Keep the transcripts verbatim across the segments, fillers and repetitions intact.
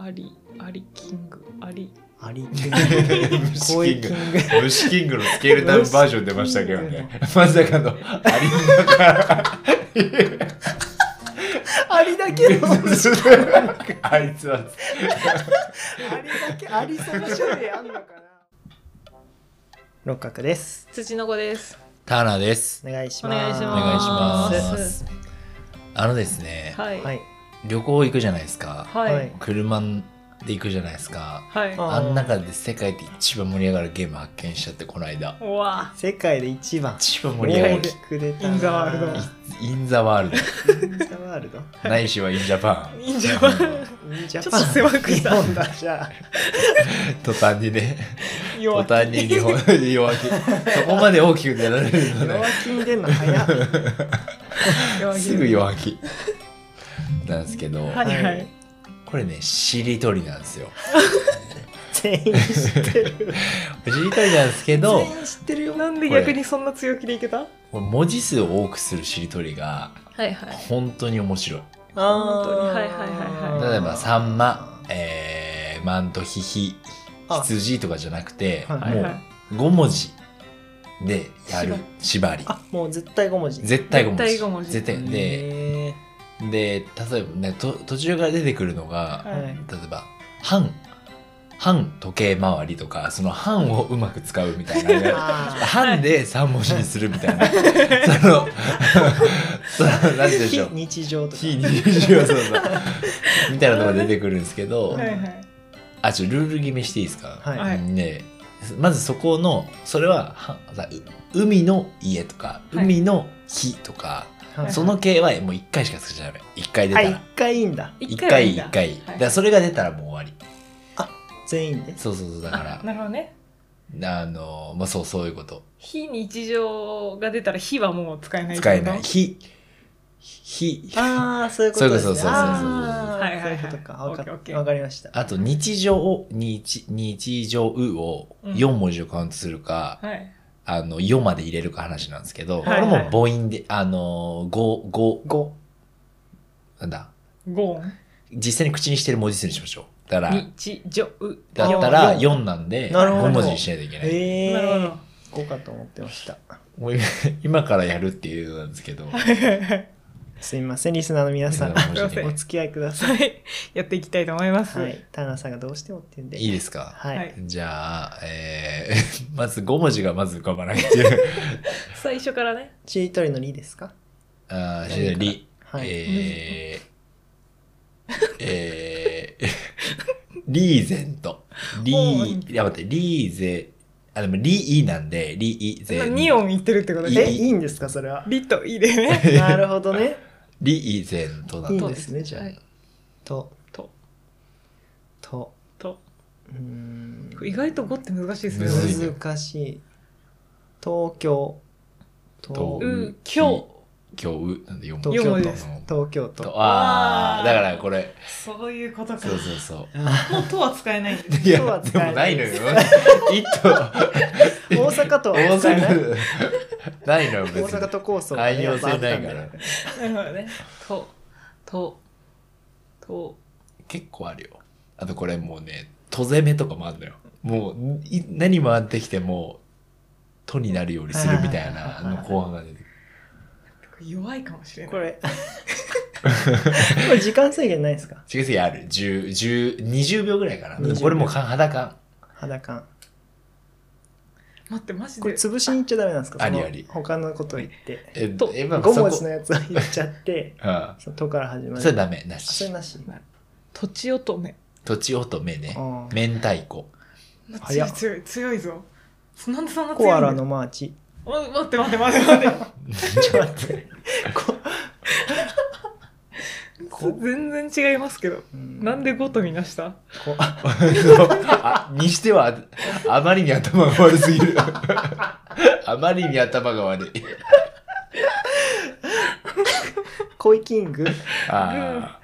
アリアリキングアリアリキング虫キング虫キングのスケールダウンバージョン出ましたけどねまさかのアリだからアリだけのあいつはアリだけアリその種類あんのかな。六角です。 土の子です。 タナです。 お願いします。 お願いしお願いしま。 ますあのですね、 はい、 はい旅行行くじゃないですか。 はい、 はい車で行くじゃないですか。 はい、 あん中で世界で一番盛り上がるゲーム発見しちゃってこの間。 うわ世界で一番一番盛り上がる。 大きく出たな。 インザワールドインザワールド。 インザワールド。 ないしはインジャパン。 いいんじゃないインジャちょっと狭くした日本だじゃあ。 途端にね。 弱途端に日本で弱気。そこまで大きく出られるのね。 弱気に出るの早っ。 弱気すぐ弱気。なんですけど、 はいはい、 これね、しりとりなんですよ。 全員知ってる。 しりとりなんですけど、 全員知ってるよ。 なんで逆にそんな強気でいけた？ これ文字数を多くするしりとりがはいはい。 本当に面白い。 本当にはいはいはい例えばさんま、えー、マントヒヒ、羊とかじゃなくて、 はいはいはいもうごもじでやる縛り。 あ、もう絶対ご文字。 絶対ごもじ。 絶対ご文字絶対で、 へで例えばねと途中から出てくるのが、 ーはい。 例えば半半時計回りとかその半をうまく使うみたいな、ね、 あ半でさん文字にするみたいなそのそのなんて言うんでしょう非日常とか。 非日常そうそうみたいなのが出てくるんですけど、 はいはい。 あちょルール決めしていいですか、 はいはいね、まずそこのそれははう海の家とかはい海の日とか、 はいその系はもういっかいしか使っちゃダメいっかい出たあ、 ら一回いいんだ。 いっかいいっかいはいだからそれが出たらもう終わり全員で。 そうそうそうだかあ、 らなるほどね。 あのまあそうそういうこと非日常が出たら非はもう使えない。 使えない日日ああ、そういうことですね。 そういうことそうそうそうそうあーはいはいはいそういうことか。わかオッケーオッケーわかりました。 あと日常日日常をよん文字をカウントするか、 はい。 あのよまで入れるか話なんですけど、 はいはいこれも母音であのごごご。 なんだゴーン。 実際に口にしてる文字数にしましょうだから日常。 だったらよんよんなんでなるほどご文字にしないといけない、 へえ。 なるほど。 ごかと思ってました。 もう今今からやるっていうのなんですけどすみません、リスナーの皆さん。 申し訳ないお付き合いください。 はい。やっていきたいと思います。 はい。タナさんがどうしてもって言うんで。 いいですか、 はい。 はいじゃあ、えーまずご文字がまず浮かばないっていう最初からね。 しりとりのりですか？ あーり、 はい。 えーえーリーゼントリーいや待ってリーゼあでもリーなんでリーゼンに音言ってるってこといえ、 で。 いいんですかそれは。 リといでね。 なるほどね。 リーゼントだといいんですね、じゃあはい。 と、 と、 と、 と。 うーん。 意外とごって難しいですね。 むずいね難しい。東京。 と東う、今今日なんで読む東京都四文字です。 東京都。 とああだからこれそういうことか。 そうそうそうあもうとは使えないんです。 いやとはで使えなもないいのよ一都大阪都は大使えない。 阪ないのよ別大に阪都構想がね汎用性ないからやっぱあったんだよなるほどね。と、と、と、 結構あるよあとこれもうねと攻めとかもあるのよもうい何回ってきてもとになるようにするみたいなあの後半が出てくる弱いかもしれない。 これ。これ時間制限ないですか？ 違う違うあるじゅう、じゅう、にじゅうびょうぐらいかなにじゅうびょうこれもう肌感肌感。 待って、マジで。 これ潰しに行っちゃダメなんですか？そのありあり他のこと言って。 えとえまあごそこ文字のやつを言っちゃって、 うんそのとから始まる。 それダメなあそれしなし。 とちおとめ。 とちおとめねあー明太子早っ強い、強い、強いぞ。そなんでそんな強いコアラののマーチ。 お待って待って待って待って。 ちょっと待って。ここ全然違いますけど。 うんなんでごとみなしたこあにしてはあまりに頭が悪すぎるあまりに頭が悪いコイキング。 あ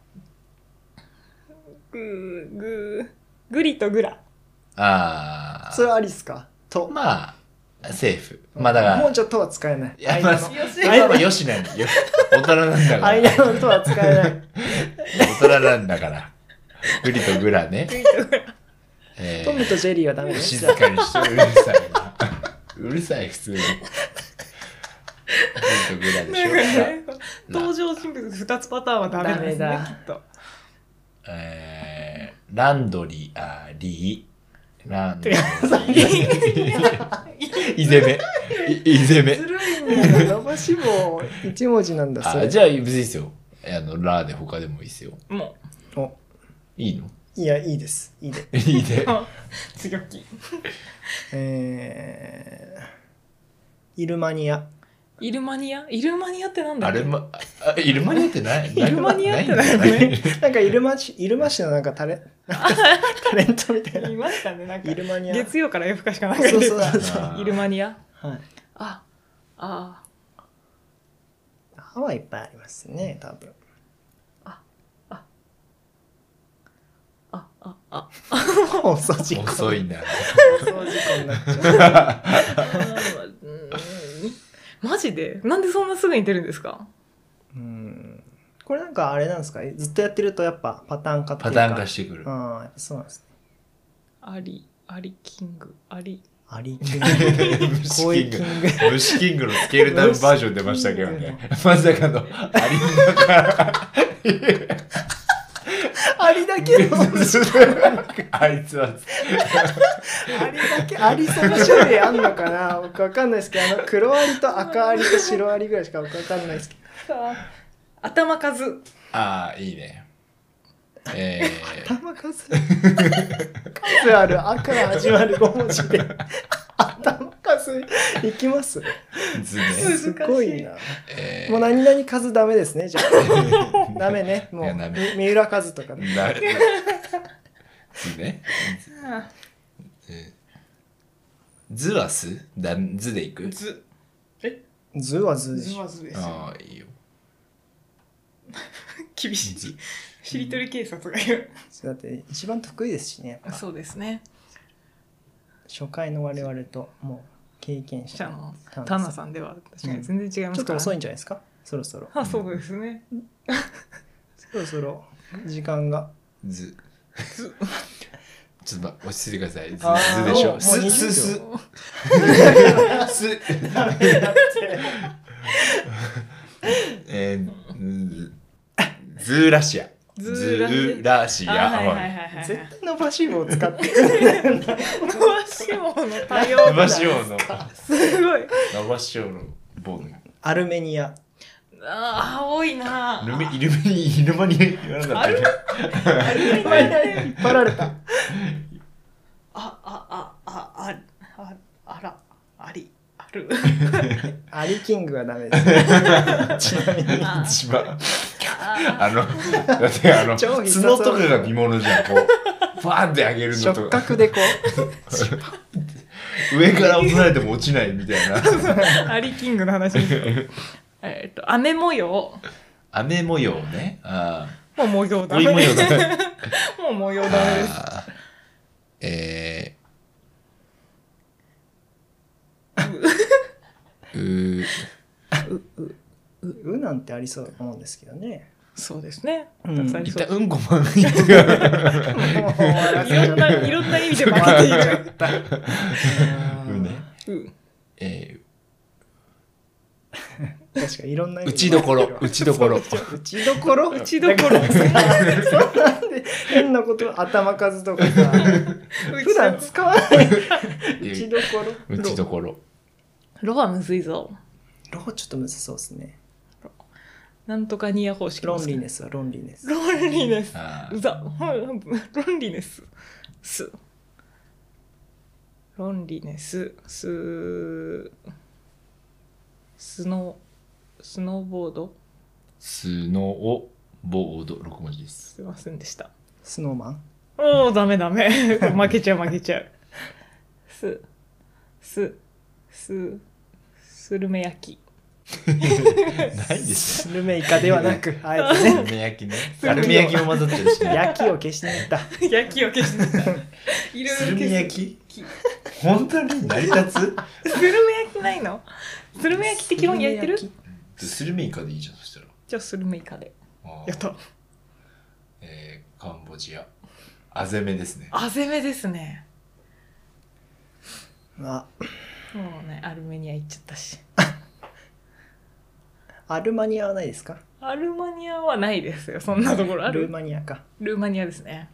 ぐー、ぐー、ぐりとぐら。 ーあーそれはありっすか？と。 まあセーフまあだからもうちょっとは使えない。 いやまあよし今はよしなんだよ大人なんだから間のとは使えない。 大人なんだからグリとグラね。 グリとグラ。 えートムとジェリーはダメです静かにしてうるさいな。うるさい普通に。グリとグラでしょ。 ね登場人物ふたつパターンはダメなんですねダメだきっと。 えー、ランドリー、あー、リー。ランドリいー。いぜめ。いいぜめ。 ずるいんだよ伸ばし棒一文字なんだそれ。 あ、じゃあ別にいいですよ。あの、ラーで他でもいいですよ。 もおいいのいやいいですいいでいいね。 う強気。 えー、イルマニアイルマニアイルマニアってなんだっけ。 あれま、あ、イルマニアってないイルマニアってないよないんだね。 なんかイルマシイルマ市のなんかタレなんかタレントみたいないましたねなんかイルマニア月曜から夜更かしかなんかそうでそうそうそうあーイルマニア。 はいああ歯はいっぱいありますね多分あああ遅事故遅いな。 遅事故になっちゃううんマジでなんでそんなすぐに出るんですか。 うんこれなんかあれなんですかずっとやってるとやっぱパターン化っていパうかターン化してくる。 ああやっぱそうなんですねアリアリキングアリアリキングコイキング虫キングのスケールダウンバージョン出ましたけどね。まさかのアリの中アリだけのあいつはアリだけアリその種類あんのかな僕わかんないですけどあの黒アリと赤アリと白アリぐらいしか僕わかんないですけど頭数。 ああいいね。え頭数数ある赤が始まるご文字で頭数いきますー、図ね。 すごいなえーもう何々数ダメですねじゃあダメねもいうやダメみ三浦数とかねな図ね。図はすだ図でいく。 図図は図でしょ図は図ですよ。 ああいいよ。 厳しい図。 しりとり警察がいる。 だって一番得意ですしねやっぱそうですね。 初回の我々ともう経験者じゃあのタナタナさんでは確かに全然違いますから、 ちょっと遅いんじゃないですかそろそろあそうですね。 そろそろ時間が図。ちょっとま落ち着いてください。図あー図でしょ。 もうすにじゅうす秒すす。えー、ズーラシア。 ズズーーラシア。 あはいはいはいはい。 絶対伸ばし棒を使ってくる伸ばし棒の多様伸ばし棒のすごい。 伸ばし棒の棒のアルメニアああ多いな。 ルメイルメニイルマニ言わなかったっけ。 あれ引っ張られたあああああああらありある。 アリキングはダメですちなみにあ一番ああのだってあの超必殺角とかが見ものじゃんこうバーンって上げるのと触か覚でこ上から押されても落ちないみたいな。 アリキングの話ですよ。えっと雨模様。 雨模様ね。あもう模様あ。 だ。 おい模様だ。 もう模様ダメです。 あーえー、うううなんてありそうなもんですけどねそうですね。 うんたくさんありそう一旦うんこまん言ってからもう終わらせいろんないろんな意味で負けている。 うね。 うえ確かにいろんな意ー、 味打ちどころ打ちどころ。 打ちどころ打ちどころだからそんなんで変なこと頭数とかさ普段使わない打ちどころ打ちどころ。 ロはむずいぞ。 ローちょっとむずそうですねなんとかニア方式。 ロンリネスはロンリネスロンリネス。 あーうざ。ロンリネス。す。ロンリネス。す。スノー。スノーボード。 スノーボードろく文字です。 すいませんでした。 スノーマンおー、ダメダメ。負けちゃう負けちゃう。す。す。す。スルメ焼き。 ないですスルメイカではなくあえてね。 ねアルミ焼きね。アルミ焼きも混ざってるしね。 焼きを消しに行った焼きを消してた。いろいろスルメ焼きき本当に成り立スルメ焼きないの？スルメ焼きって基本焼いてる？ スルメ焼つスルメイカでいいじゃん、そしたら。 じゃあスルメイカで。 あーやった。 えー、カンボジア。 あぜめですね。 あぜめですね。 あ、 もうねアルメニア行っちゃったし。 アルマニアはないですか？ アルマニアはないですよ。そんなところある。 ルーマニアか。 ルーマニアですね。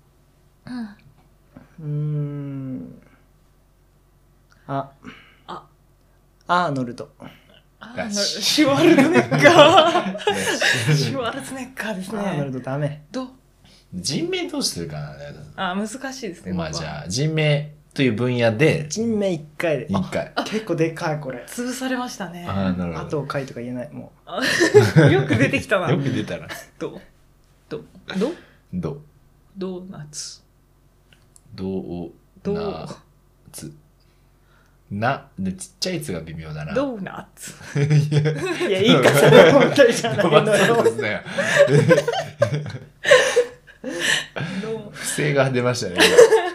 うーん。あ、 あ、 アーノルド。 あーシュワルツェネッカー。シュワルツェネッカーですアーノルね。 ドダメ。 ど人名どうするかな。 あ難しいですね。 まあここはじゃあ人名という分野で人名いっかいで。 一回。 結構でかいこれ。 潰されましたね。 ああなるほあど。 と回とか言えないもよく出てきたな。 よく出たら。 どどどどドーナツ。 どうどうなつなでちっちゃい「つ」が微妙だな。 ドーナツ。 う。いやいいかそれは問題じゃないのそうでよ。 すね。 ど不正が出ましたね。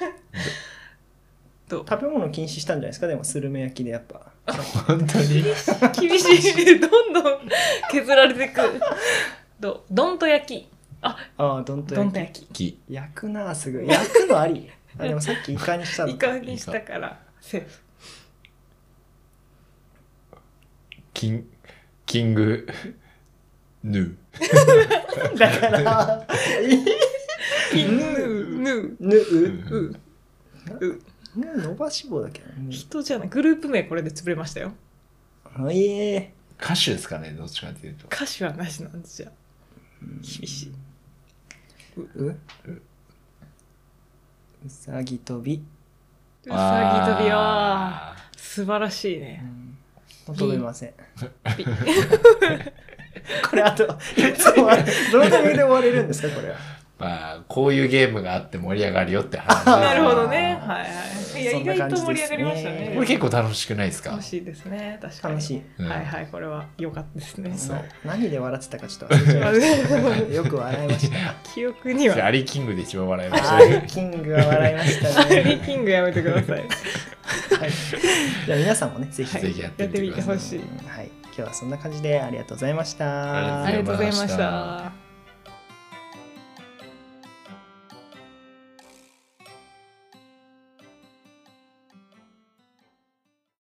ど食べ物禁止したんじゃないですか？でもスルメ焼きでやっぱ。 本当に。 厳しい。どんどん削られていく。どどんと焼き。あああ、どんとどん焼き。 と焼き。 き焼くなあすぐ。焼くのあり。あでもさっきイカにしたのイ。カにしたからセーフ。 キンキングヌだから、 キングヌぬう。 ー。 ううぬ伸ばし棒だけど。ぬ人じゃない。グループ名これで潰れましたよ。 あいえ。 歌手ですかね、どっちかというと。 歌詞はなしなんですじゃ。厳しい。 ううさぎ跳び。 うさぎ跳びはあ素晴らしいね。 飛べません。 ピこれあと、いつもはどのタイミングで終われるんですかこれは。 ーまあ、こういうゲームがあって盛り上がるよって話あーなるほどね。はいはい。いやそんな意外と感じですね盛り上がりましたね。 これ結構楽しくないですか？ 楽しいですね。確かに。 楽しい。 うんはいはい、これは良かったですね。 そうな何で笑ってたかちょっと忘れちゃいました。よく笑いました。 記憶には。 アリキングで一番笑いましたアね。 リキングは笑いましたアリね。 キングやめてください。 はい、じゃあ皆さんもね、ぜひ、 ぜひやってみてくださいやってみてほしい。 はい、今日はそんな感じでありがとうございました。 あありがとうございました。